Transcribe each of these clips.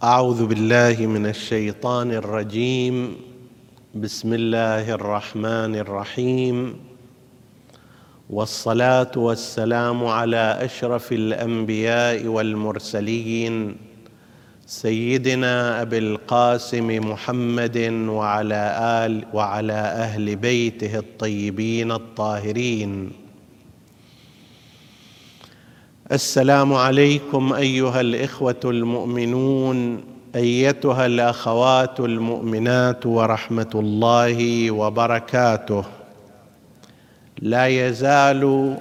أعوذ بالله من الشيطان الرجيم. بسم الله الرحمن الرحيم، والصلاة والسلام على أشرف الأنبياء والمرسلين سيدنا أبي القاسم محمد وعلى أهل بيته الطيبين الطاهرين. السلام عليكم أيها الإخوة المؤمنون، أيتها الأخوات المؤمنات، ورحمة الله وبركاته. لا يزال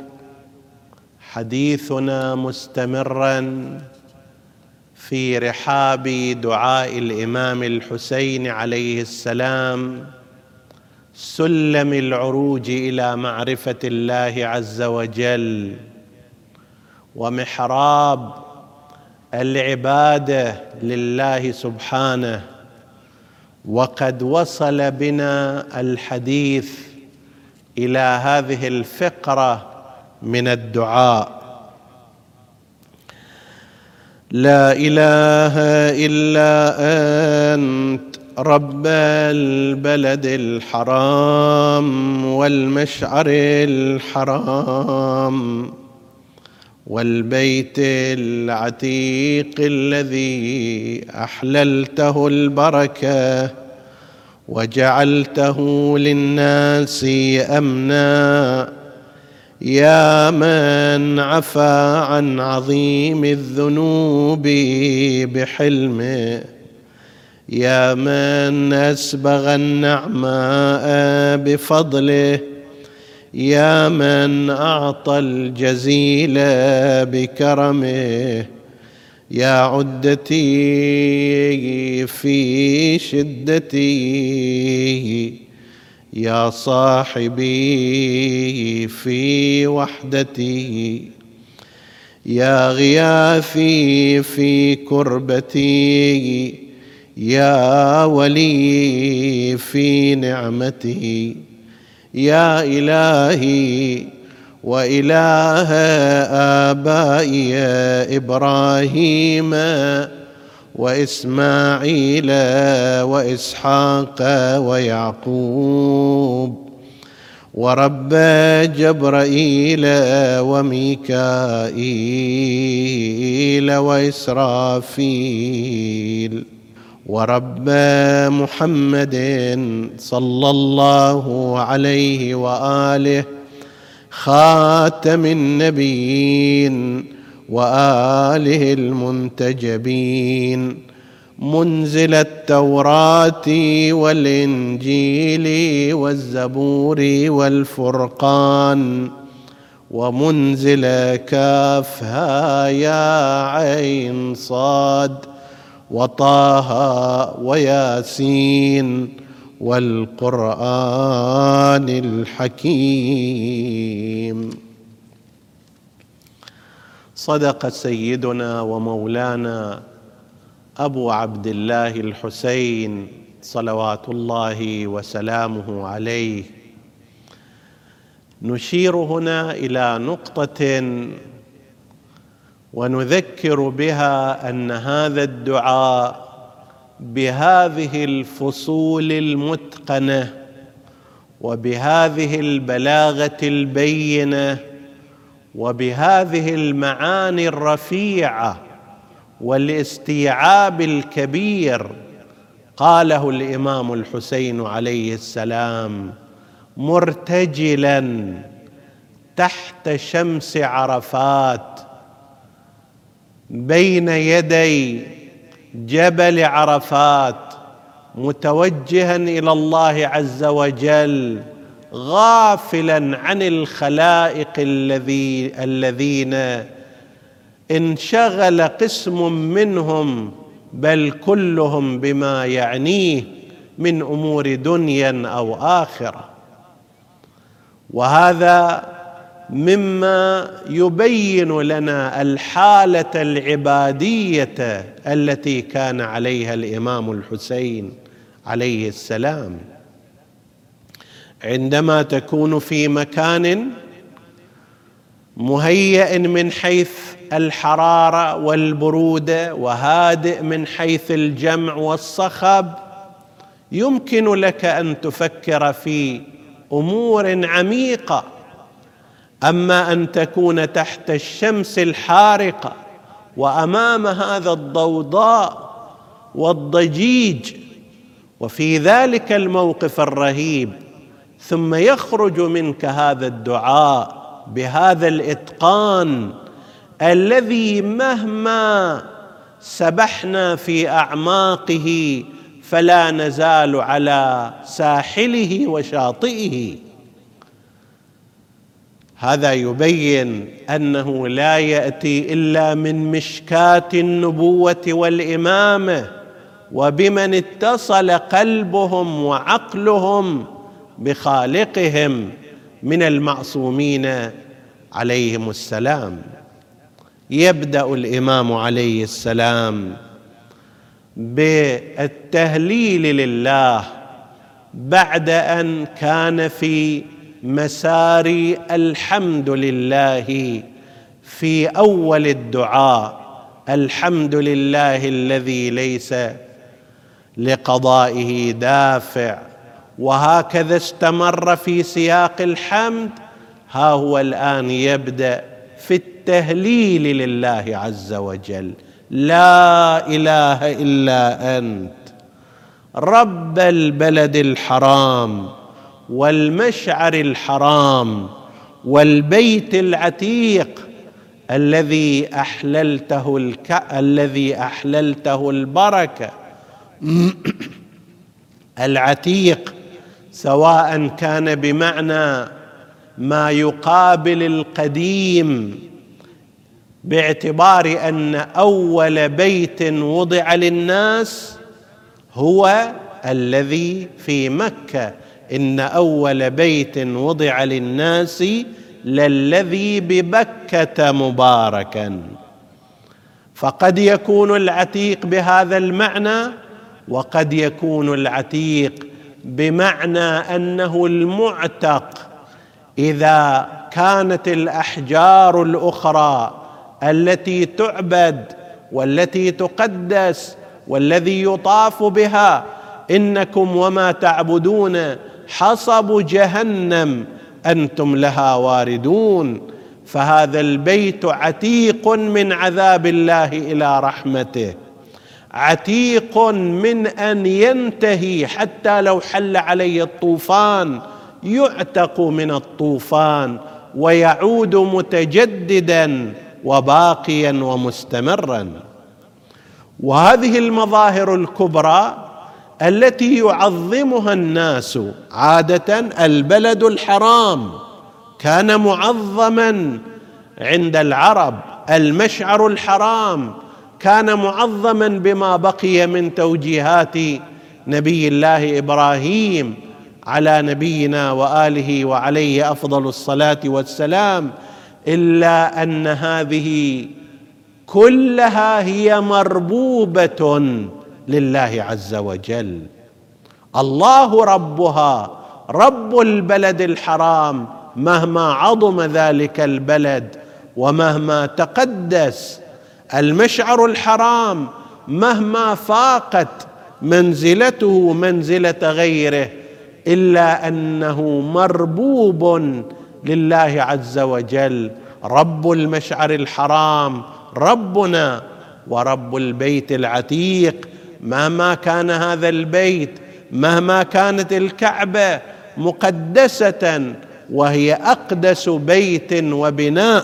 حديثنا مستمرا في رحاب دعاء الإمام الحسين عليه السلام، سلم العروج إلى معرفة الله عز وجل ومحراب العبادة لله سبحانه. وقد وصل بنا الحديث إلى هذه الفقرة من الدعاء: لا إله إلا أنت رب البلد الحرام والمشعر الحرام والبيت العتيق الذي أحللته البركة وجعلته للناس أمنا، يا من عفا عن عظيم الذنوب بحلمه، يا من أسبغ النعماء بفضله، يا من أعطى الجزيل بكرمه، يا عدتي في شدتي، يا صاحبي في وحدتي، يا غياثي في كربتي، يا ولي في نعمتي، يا إلهي وإله آبائي إبراهيم وإسماعيل وإسحاق ويعقوب، ورب جبرائيل وميكائيل وإسرافيل، ورب محمد صلى الله عليه وآله خاتم النبيين وآله المنتجبين، منزل التوراة والإنجيل والزبور والفرقان، ومنزل كافها يا عين صاد وطه وياسين والقرآن الحكيم. صدق سيدنا ومولانا أبو عبد الله الحسين صلوات الله وسلامه عليه. نشير هنا إلى نقطة ونذكر بها أن هذا الدعاء بهذه الفصول المتقنة وبهذه البلاغة البينة وبهذه المعاني الرفيعة والاستيعاب الكبير قاله الإمام الحسين عليه السلام مرتجلا تحت شمس عرفات بين يدي جبل عرفات، متوجها إلى الله عز وجل، غافلا عن الخلائق الذين انشغل قسم منهم بل كلهم بما يعنيه من أمور دنيا أو آخرة. وهذا مما يبين لنا الحالة العبادية التي كان عليها الإمام الحسين عليه السلام. عندما تكون في مكان مهيأ من حيث الحرارة والبرودة وهادئ من حيث الجمع والصخب، يمكن لك أن تفكر في أمور عميقة. أما أن تكون تحت الشمس الحارقة وأمام هذا الضوضاء والضجيج وفي ذلك الموقف الرهيب، ثم يخرج منك هذا الدعاء بهذا الإتقان الذي مهما سبحنا في أعماقه فلا نزال على ساحله وشاطئه. هذا يبين أنه لا يأتي إلا من مشكاة النبوة والإمامة، وبمن اتصل قلبهم وعقلهم بخالقهم من المعصومين عليهم السلام. يبدأ الإمام عليه السلام بالتهليل لله بعد أن كان في مسار الحمد لله في أول الدعاء: الحمد لله الذي ليس لقضائه دافع. وهكذا استمر في سياق الحمد. ها هو الآن يبدأ في التهليل لله عز وجل: لا إله إلا أنت رب البلد الحرام والمشعر الحرام والبيت العتيق الذي أحللته البركة. العتيق سواء كان بمعنى ما يقابل القديم، باعتبار أن أول بيت وضع للناس هو الذي في مكة: إن أول بيت وضع للناس للذي ببكة مباركا. فقد يكون العتيق بهذا المعنى، وقد يكون العتيق بمعنى أنه المعتق. إذا كانت الأحجار الأخرى التي تعبد والتي تقدس والذي يطاف بها: إنكم وما تعبدون حصب جهنم أنتم لها واردون، فهذا البيت عتيق من عذاب الله إلى رحمته، عتيق من أن ينتهي. حتى لو حل عليه الطوفان يعتق من الطوفان ويعود متجددا وباقيا ومستمرا. وهذه المظاهر الكبرى التي يعظمها الناس عادة: البلد الحرام كان معظما عند العرب، المشعر الحرام كان معظما بما بقي من توجيهات نبي الله إبراهيم على نبينا وآله وعليه أفضل الصلاة والسلام، إلا أن هذه كلها هي مربوبة لله عز وجل. الله ربها، رب البلد الحرام، مهما عظم ذلك البلد ومهما تقدس. المشعر الحرام مهما فاقت منزلته منزلة غيره، إلا أنه مربوب لله عز وجل. رب المشعر الحرام ربنا، ورب البيت العتيق مهما كان هذا البيت، مهما كانت الكعبة مقدسة وهي أقدس بيت وبناء،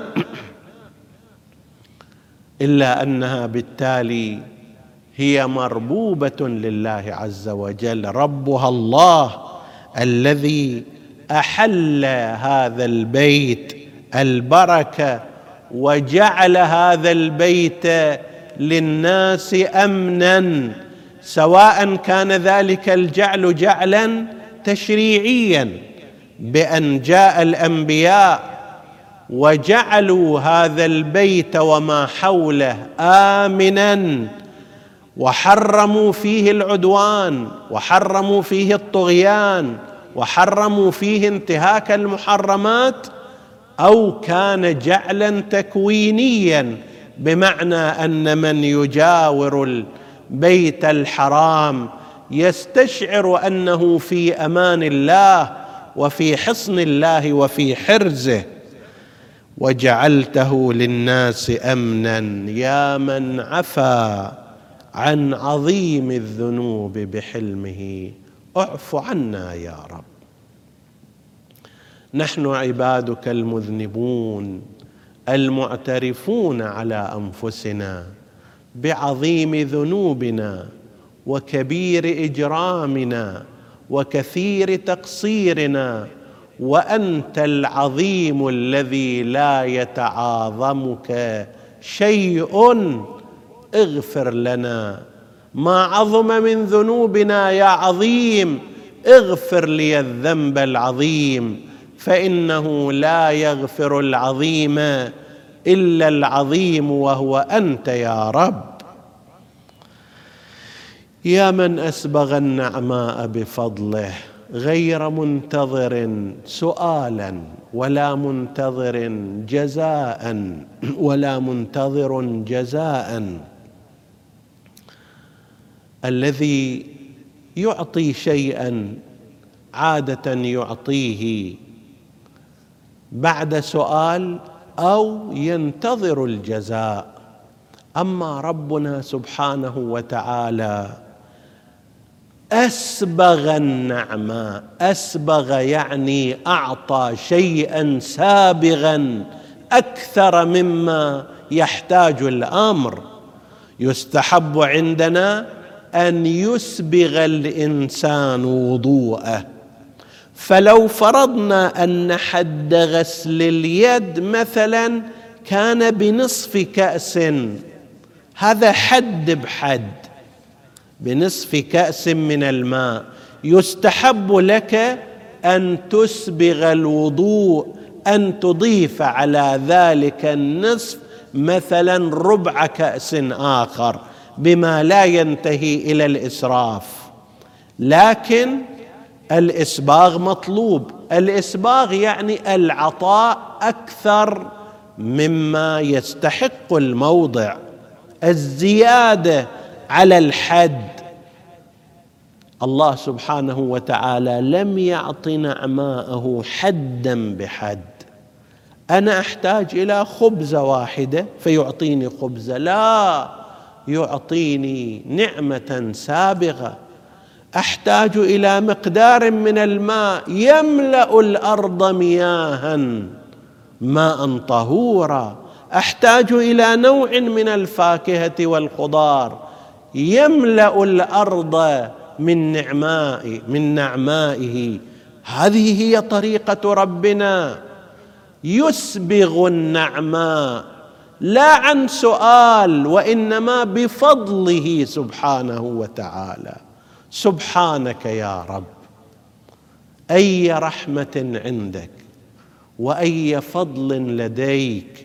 إلا أنها بالتالي هي مربوبة لله عز وجل. ربها الله الذي أحل هذا البيت البركة وجعل هذا البيت للناس أمنا، سواء كان ذلك الجعل جعلا تشريعيا بأن جاء الأنبياء وجعلوا هذا البيت وما حوله آمنا، وحرموا فيه العدوان، وحرموا فيه الطغيان، وحرموا فيه انتهاك المحرمات، أو كان جعلا تكوينيا بمعنى أن من يجاور البيت الحرام يستشعر أنه في أمان الله وفي حصن الله وفي حرزه. وجعلته للناس أمنا يا من عفا عن عظيم الذنوب بحلمه، اعف عنا يا رب. نحن عبادك المذنبون المعترفون على أنفسنا بعظيم ذنوبنا وكبير إجرامنا وكثير تقصيرنا، وأنت العظيم الذي لا يتعاظمك شيء، اغفر لنا ما عظم من ذنوبنا يا عظيم، اغفر لي الذنب العظيم، فإنه لا يغفر العظيم إلا العظيم وهو أنت يا رب. يا من أسبغ النعماء بفضله غير منتظر سؤالا ولا منتظر جزاء ولا منتظر جزاء، الذي يعطي شيئا عادة يعطيه بعد سؤال أو ينتظر الجزاء. أما ربنا سبحانه وتعالى أسبغ النعماء، أسبغ يعني أعطى شيئا سابغا أكثر مما يحتاج الأمر. يستحب عندنا أن يسبغ الإنسان وضوءه، فلو فرضنا أن حد غسل اليد مثلا كان بنصف كأس، هذا حد بحد بنصف كأس من الماء، يستحب لك أن تسبغ الوضوء، أن تضيف على ذلك النصف مثلا ربع كأس آخر بما لا ينتهي إلى الإسراف. لكن الإسباغ مطلوب، الإسباغ يعني العطاء أكثر مما يستحق الموضع، الزيادة على الحد. الله سبحانه وتعالى لم يعط نعماءه حدا بحد. أنا أحتاج إلى خبزة واحدة فيعطيني خبزة، لا، يعطيني نعمة سابغة. أحتاج إلى مقدار من الماء يملأ الأرض مياها ماء طهورا، أحتاج إلى نوع من الفاكهة والخضار يملأ الأرض من نعمائه. هذه هي طريقة ربنا، يسبغ النعماء لا عن سؤال وإنما بفضله سبحانه وتعالى. سبحانك يا رب، أي رحمة عندك وأي فضل لديك.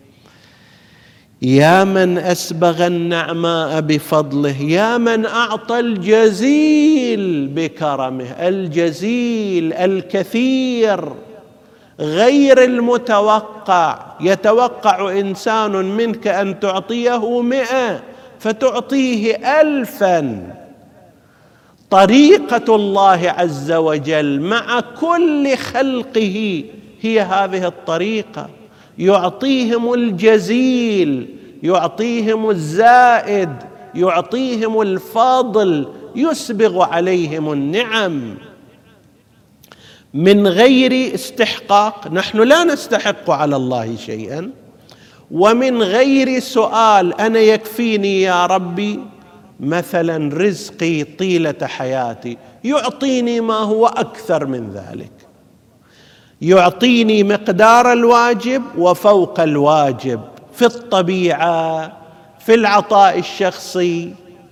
يا من أسبغ النعماء بفضله، يا من أعطى الجزيل بكرمه، الجزيل الكثير غير المتوقع. يتوقع إنسان منك أن تعطيه 100 فتعطيه 1000. طريقة الله عز وجل مع كل خلقه هي هذه الطريقة، يعطيهم الجزيل، يعطيهم الزائد، يعطيهم الفاضل، يسبغ عليهم النعم من غير استحقاق. نحن لا نستحق على الله شيئا، ومن غير سؤال. أنا يكفيني يا ربي مثلا رزقي طيلة حياتي، يعطيني ما هو أكثر من ذلك، يعطيني مقدار الواجب وفوق الواجب في الطبيعة، في العطاء الشخصي.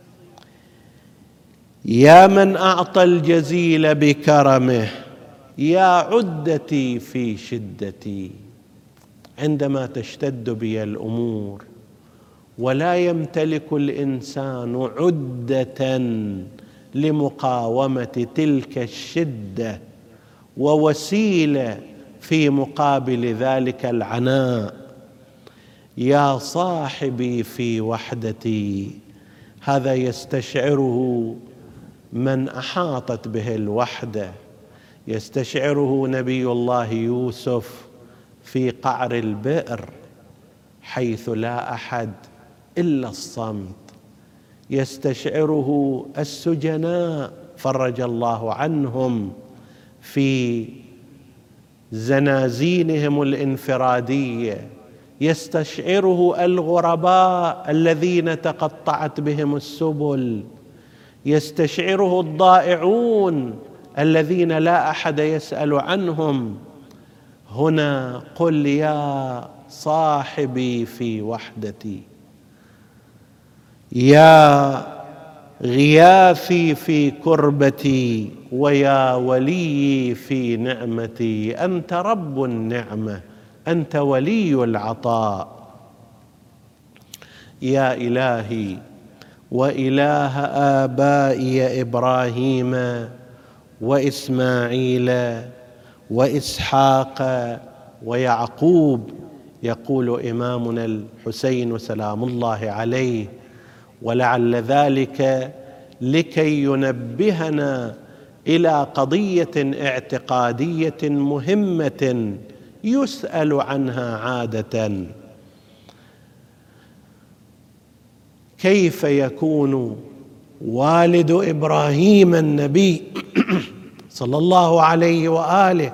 يا من أعطى الجزيل بكرمه، يا عدتي في شدتي. عندما تشتد بي الأمور ولا يمتلك الإنسان عدة لمقاومة تلك الشدة ووسيلة في مقابل ذلك العناء، يا صاحبي في وحدتي. هذا يستشعره من أحاطت به الوحدة، يستشعره نبي الله يوسف في قعر البئر حيث لا أحد إلا الصمت، يستشعره السجناء فرج الله عنهم في زنازينهم الانفرادية، يستشعره الغرباء الذين تقطعت بهم السبل، يستشعره الضائعون الذين لا أحد يسأل عنهم. هنا قل يا صاحبي في وحدتي، يا غياثي في كربتي، ويا وليي في نعمتي. أنت رب النعمة، أنت ولي العطاء. يا إلهي وإله آبائي إبراهيم وإسماعيل وإسحاق ويعقوب. يقول إمامنا الحسين سلام الله عليه: ولعل ذلك لكي ينبهنا إلى قضية اعتقادية مهمة يسأل عنها عادة: كيف يكون والد إبراهيم النبي صلى الله عليه وآله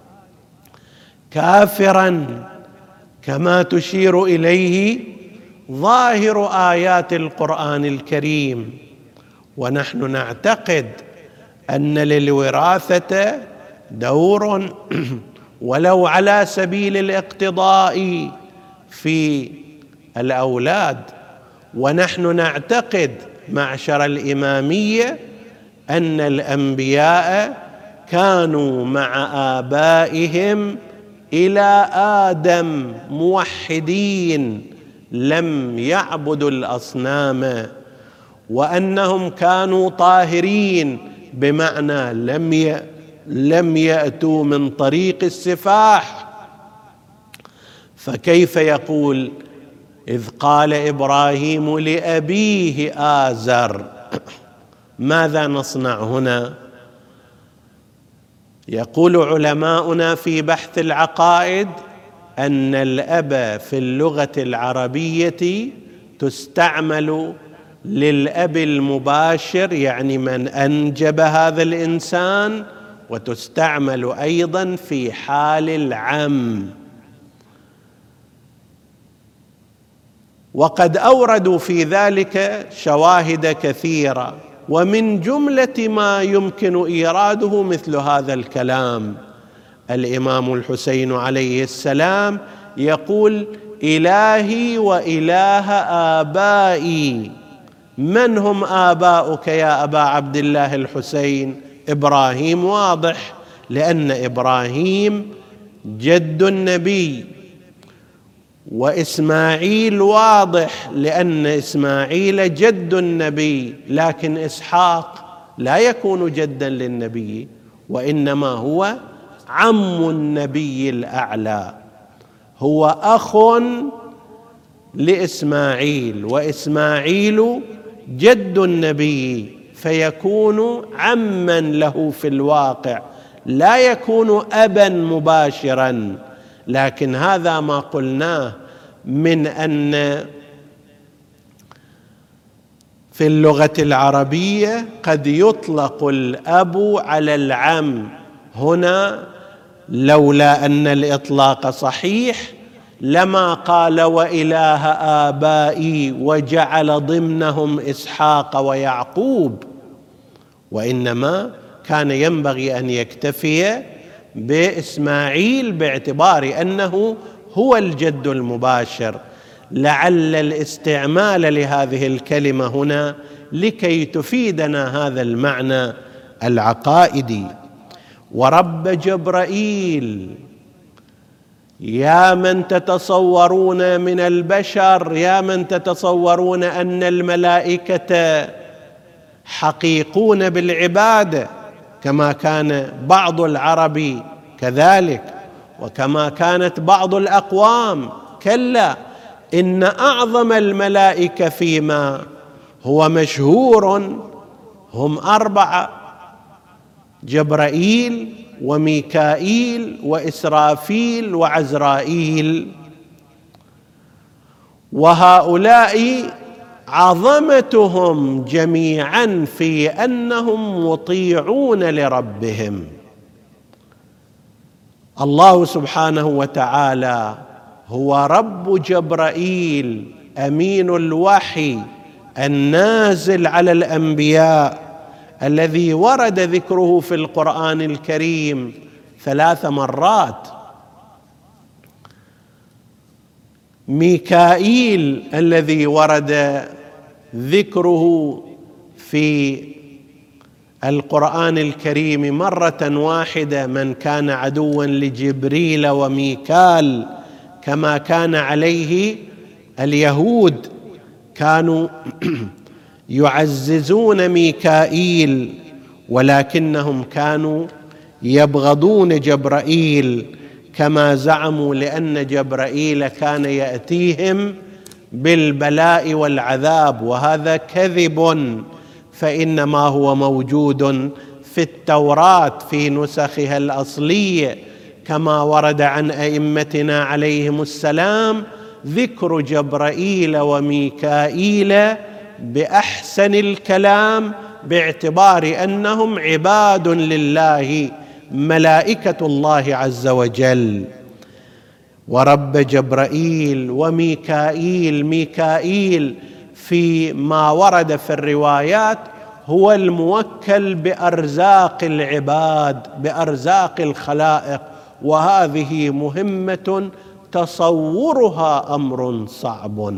كافراً كما تشير إليه ظاهر آيات القرآن الكريم، ونحن نعتقد أن للوراثة دور ولو على سبيل الاقتضاء في الأولاد. ونحن نعتقد معشر الإمامية أن الأنبياء كانوا مع آبائهم إلى آدم موحدين لم يعبدوا الأصنام، وأنهم كانوا طاهرين بمعنى لم يأتوا من طريق السفاح. فكيف يقول إذ قال إبراهيم لأبيه آزر؟ ماذا نصنع هنا؟ يقول علماؤنا في بحث العقائد أن الأب في اللغة العربية تستعمل للأب المباشر، يعني من أنجب هذا الإنسان، وتستعمل أيضا في حال العم. وقد أوردوا في ذلك شواهد كثيرة، ومن جملة ما يمكن إيراده مثل هذا الكلام. الإمام الحسين عليه السلام يقول: إلهي وإله آبائي. من هم آباؤك يا أبا عبد الله الحسين؟ إبراهيم واضح، لأن إبراهيم جد النبي، وإسماعيل واضح لأن إسماعيل جد النبي، لكن إسحاق لا يكون جدا للنبي، وإنما هو عم النبي الأعلى، هو أخ لإسماعيل، وإسماعيل جد النبي، فيكون عما له في الواقع، لا يكون أبا مباشرا. لكن هذا ما قلناه من أن في اللغة العربية قد يطلق الأب على العم. هنا لولا أن الإطلاق صحيح لما قال وإله آبائي وجعل ضمنهم إسحاق ويعقوب، وإنما كان ينبغي أن يكتفي بإسماعيل باعتبار أنه هو الجد المباشر. لعل الاستعمال لهذه الكلمة هنا لكي تفيدنا هذا المعنى العقائدي. ورب جبرائيل، يا من تتصورون من البشر، يا من تتصورون أن الملائكة حقيقون بالعبادة كما كان بعض العرب كذلك، وكما كانت بعض الأقوام، كلا، إن أعظم الملائكة فيما هو مشهور هم 4: جبرائيل وميكائيل وإسرافيل وعزرائيل، وهؤلاء عظمتهم جميعا في أنهم مطيعون لربهم. الله سبحانه وتعالى هو رب جبرائيل أمين الوحي النازل على الأنبياء، الذي ورد ذكره في القرآن الكريم 3 مرات. ميكائيل الذي ورد ذكره في القرآن الكريم مرة واحدة: من كان عدوا لجبريل وميكال كما كان عليه اليهود، كانوا يعززون ميكائيل ولكنهم كانوا يبغضون جبرائيل، كما زعموا لأن جبرائيل كان يأتيهم بالبلاء والعذاب، وهذا كذب، فإنما هو موجود في التوراة في نسخها الأصلية، كما ورد عن أئمتنا عليهم السلام ذكر جبرائيل وميكائيل بأحسن الكلام، باعتبار أنهم عباد لله ملائكة الله عز وجل. ورب جبرائيل وميكائيل، ميكائيل فيما ورد في الروايات هو الموكل بأرزاق العباد، بأرزاق الخلائق، وهذه مهمة تصورها أمر صعب.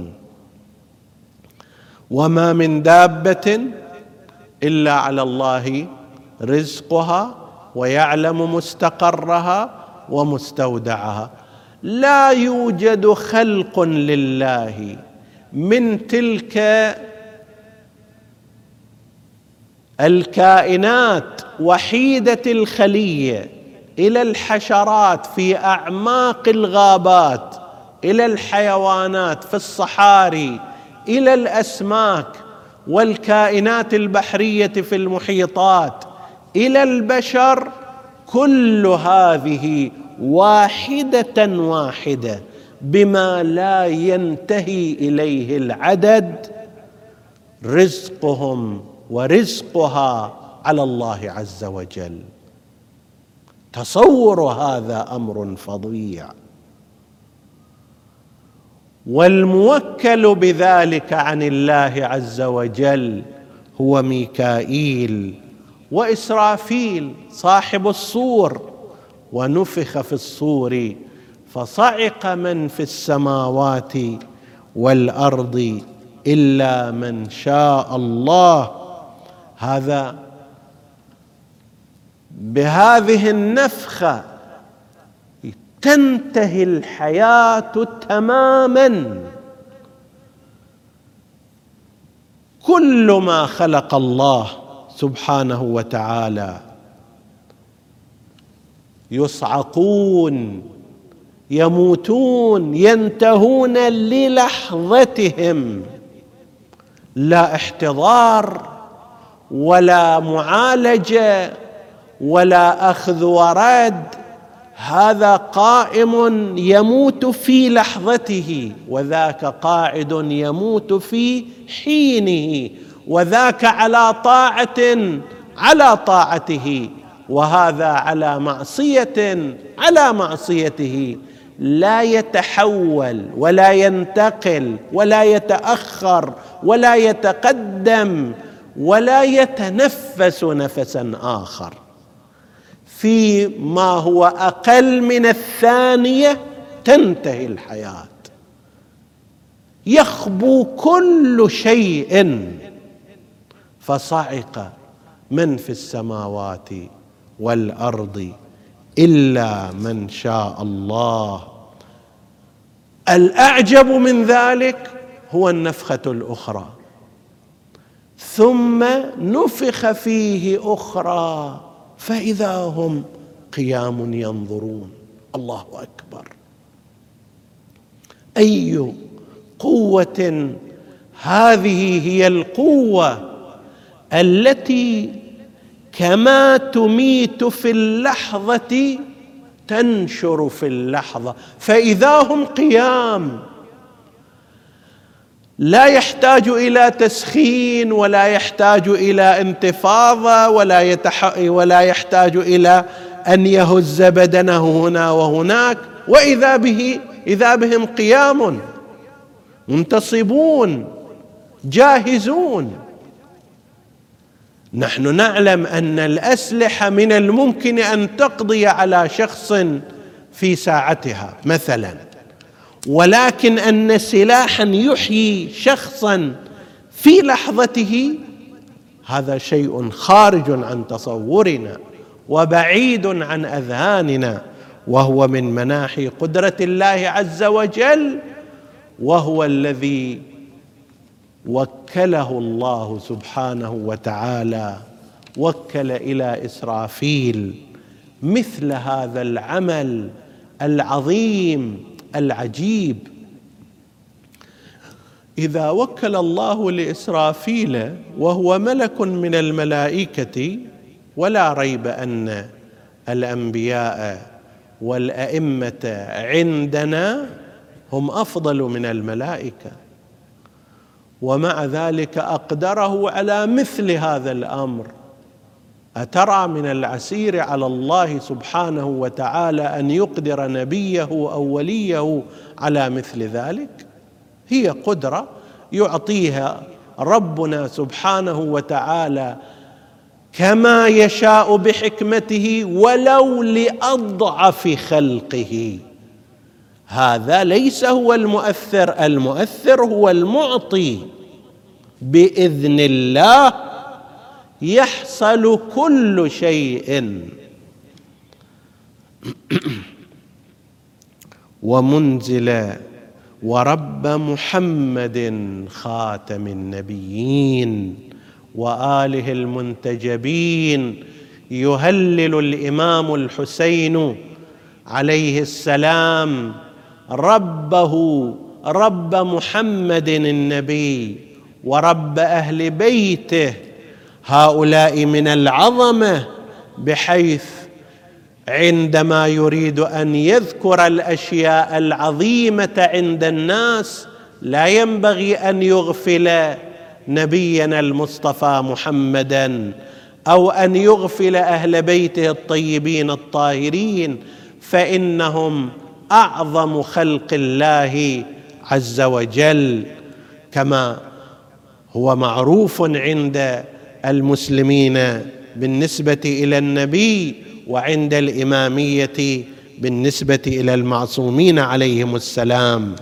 وما من دابة إلا على الله رزقها ويعلم مستقرها ومستودعها. لا يوجد خلق لله من تلك الكائنات وحيدة الخلية إلى الحشرات في أعماق الغابات، إلى الحيوانات في الصحاري، إلى الأسماك والكائنات البحرية في المحيطات، إلى البشر، كل هذه واحدة واحدة بما لا ينتهي إليه العدد، رزقهم ورزقها على الله عز وجل. تصور هذا أمر فظيع. والموكل بذلك عن الله عز وجل هو ميكائيل وإسرافيل صاحب الصور. ونفخ في الصور فصعق من في السماوات والأرض إلا من شاء الله. هذا بهذه النفخة تنتهي الحياة تماما. كل ما خلق الله سبحانه وتعالى يصعقون، يموتون، ينتهون للحظتهم، لا احتضار ولا معالجة ولا أخذ ورد. هذا قائم يموت في لحظته، وذاك قاعد يموت في حينه، وذاك على طاعته، وهذا على معصيته. لا يتحول ولا ينتقل ولا يتأخر ولا يتقدم ولا يتنفس نفسا آخر. فيما هو أقل من الثانية تنتهي الحياة، يخبو كل شيء. فصعق من في السماوات والأرض إلا من شاء الله. الأعجب من ذلك هو النفخة الأخرى، ثم نفخ فيه أخرى فإذا هم قيام ينظرون. الله أكبر! أي قوة. هذه هي القوة التي كما تميت في اللحظة تنشر في اللحظة، فإذا هم قيام، لا يحتاج إلى تسخين ولا يحتاج إلى انتفاضة ولا يحتاج إلى أن يهز بدنه هنا وهناك، إذا بهم قيام منتصبون جاهزون. نحن نعلم أن الأسلحة من الممكن أن تقضي على شخص في ساعتها مثلا، ولكن أن سلاحا يحيي شخصا في لحظته هذا شيء خارج عن تصورنا وبعيد عن أذهاننا، وهو من مناحي قدرة الله عز وجل، وهو الذي وكله الله سبحانه وتعالى، وكل إلى إسرافيل مثل هذا العمل العظيم العجيب. إذا وكل الله لإسرافيل وهو ملك من الملائكة، ولا ريب أن الأنبياء والأئمة عندنا هم أفضل من الملائكة، ومع ذلك أقدره على مثل هذا الأمر. أترى من العسير على الله سبحانه وتعالى أن يقدر نبيه أو وليه على مثل ذلك؟ هي قدرة يعطيها ربنا سبحانه وتعالى كما يشاء بحكمته ولو لأضعف خلقه. هذا ليس هو المؤثر، المؤثر هو المعطي. بإذن الله يحصل كل شيء. ومنزل ورب محمد خاتم النبيين وآله المنتجبين، يهلل الإمام الحسين عليه السلام ربه، رب محمد النبي ورب أهل بيته، هؤلاء من العظمة، بحيث عندما يريد أن يذكر الأشياء العظيمة عند الناس لا ينبغي أن يغفل نبينا المصطفى محمدا أو أن يغفل أهل بيته الطيبين الطاهرين، فإنهم أعظم خلق الله عز وجل، كما هو معروف عند المسلمين بالنسبة إلى النبي، وعند الإمامية بالنسبة إلى المعصومين عليهم السلام.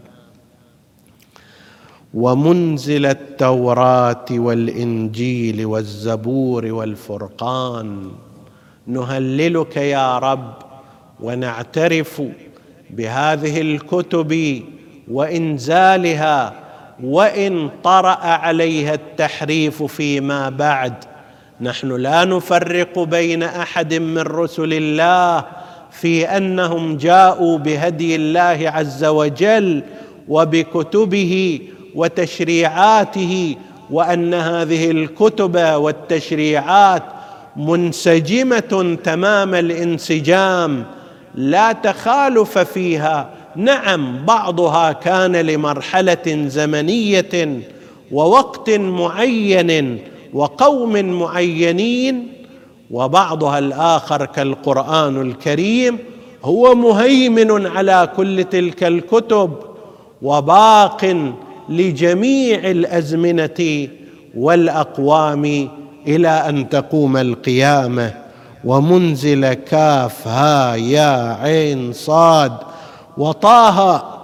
ومنزل التوراة والإنجيل والزبور والفرقان، نهللك يا رب ونعترف بهذه الكتب وإنزالها، وإن طرأ عليها التحريف فيما بعد. نحن لا نفرق بين أحد من رسل الله في أنهم جاءوا بهدي الله عز وجل وبكتبه وتشريعاته، وأن هذه الكتب والتشريعات منسجمة تمام الانسجام لا تخالف فيها. نعم، بعضها كان لمرحلة زمنية ووقت معين وقوم معينين، وبعضها الآخر كالقرآن الكريم هو مهيمن على كل تلك الكتب وباق لجميع الأزمنة والأقوام إلى أن تقوم القيامة. ومنزل كاف ها يا عين صاد وطه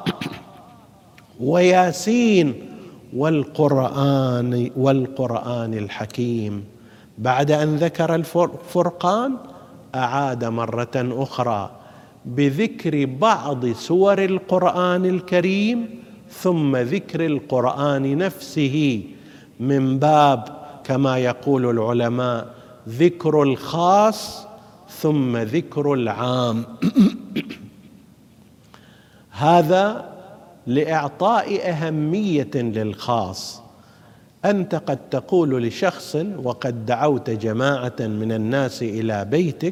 وياسين والقرآن الحكيم. بعد أن ذكر الفرقان أعاد مرة أخرى بذكر بعض سور القرآن الكريم، ثم ذكر القرآن نفسه من باب كما يقول العلماء ذكر الخاص ثم ذكر العام. هذا لإعطاء أهمية للخاص. أنت قد تقول لشخص وقد دعوت جماعة من الناس إلى بيتك،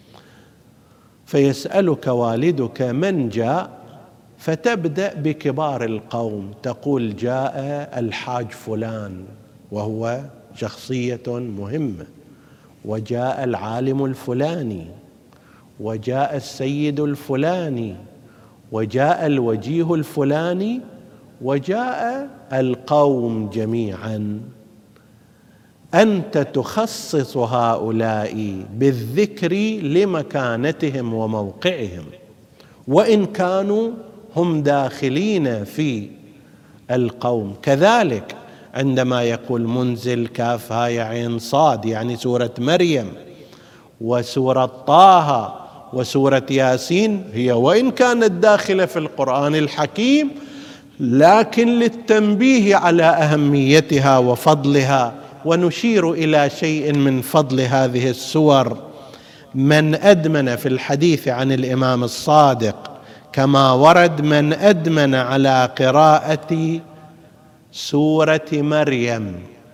فيسألك والدك من جاء، فتبدأ بكبار القوم، تقول جاء الحاج فلان وهو شخصية مهمة، وجاء العالم الفلاني، وجاء السيد الفلاني، وجاء الوجيه الفلاني، وجاء القوم جميعا. أنت تخصص هؤلاء بالذكر لمكانتهم وموقعهم، وإن كانوا هم داخلين في القوم. كذلك عندما يقول منزل كاف هاء عين صاد، يعني سورة مريم وسورة طه وسورة ياسين، هي وإن كانت داخلة في القرآن الحكيم، لكن للتنبيه على أهميتها وفضلها. ونشير إلى شيء من فضل هذه السور. من أدمن في الحديث عن الإمام الصادق كما ورد، من أدمن على قراءة سورة مريم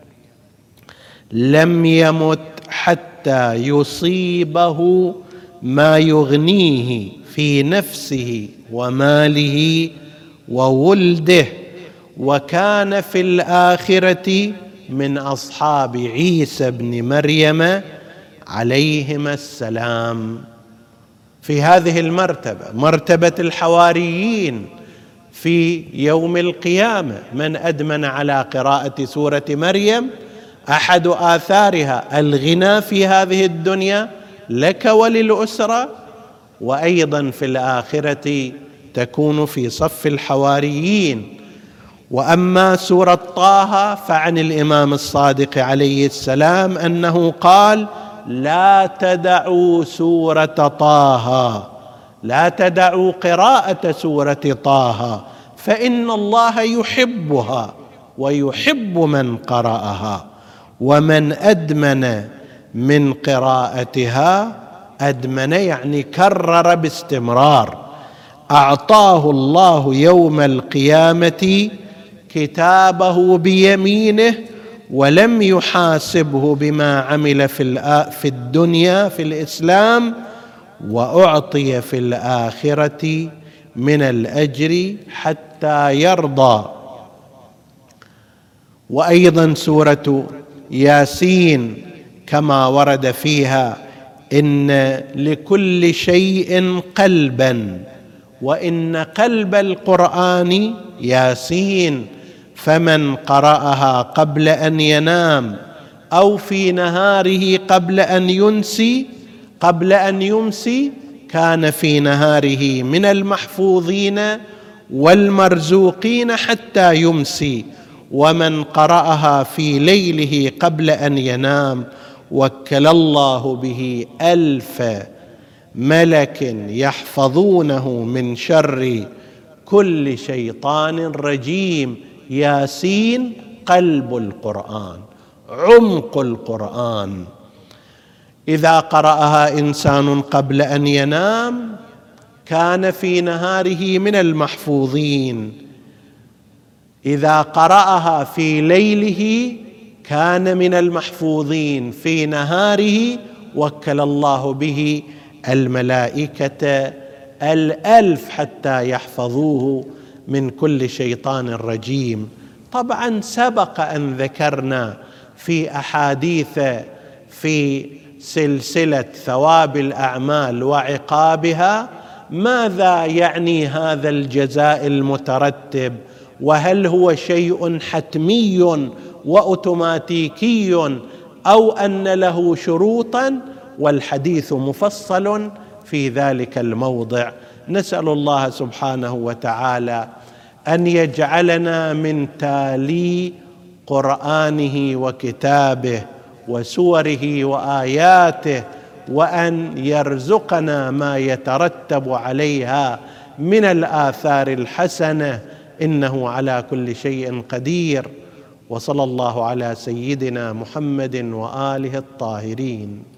لم يمت حتى يصيبه ما يغنيه في نفسه وماله وولده، وكان في الآخرة من أصحاب عيسى بن مريم عليهما السلام. في هذه المرتبة، مرتبة الحواريين في يوم القيامة، من أدمن على قراءة سورة مريم أحد آثارها الغنى في هذه الدنيا لك وللأسرة، وأيضا في الآخرة تكون في صف الحواريين. وأما سورة طه فعن الإمام الصادق عليه السلام أنه قال: لا تدعوا سورة طه، لا تدعوا قراءة سورة طه، فإن الله يحبها ويحب من قرأها. ومن أدمن من قراءتها، أدمن يعني كرر باستمرار، أعطاه الله يوم القيامة كتابه بيمينه ولم يحاسبه بما عمل في الدنيا في الإسلام، وأعطي في الآخرة من الأجر حتى يرضى. وأيضا سورة ياسين كما ورد فيها: إن لكل شيء قلبا، وإن قلب القرآن ياسين، فمن قرأها قبل أن ينام أو في نهاره قبل أن يمسي كان في نهاره من المحفوظين والمرزوقين حتى يمسي. ومن قرأها في ليله قبل أن ينام وكل الله به 1000 ملك يحفظونه من شر كل شيطان رجيم. ياسين قلب القرآن، عمق القرآن. إذا قرأها إنسان قبل أن ينام كان في نهاره من المحفوظين، إذا قرأها في ليله كان من المحفوظين، في نهاره وكل الله به الملائكة 1000 حتى يحفظوه من كل شيطان رجيم. طبعا سبق أن ذكرنا في أحاديث في سلسلة ثواب الأعمال وعقابها ماذا يعني هذا الجزاء المترتب، وهل هو شيء حتمي وأوتوماتيكي أو أن له شروطا، والحديث مفصل في ذلك الموضع. نسأل الله سبحانه وتعالى أن يجعلنا من تالي قرآنه وكتابه وسوره وآياته، وأن يرزقنا ما يترتب عليها من الآثار الحسنة، إنه على كل شيء قدير. وصلى الله على سيدنا محمد وآله الطاهرين.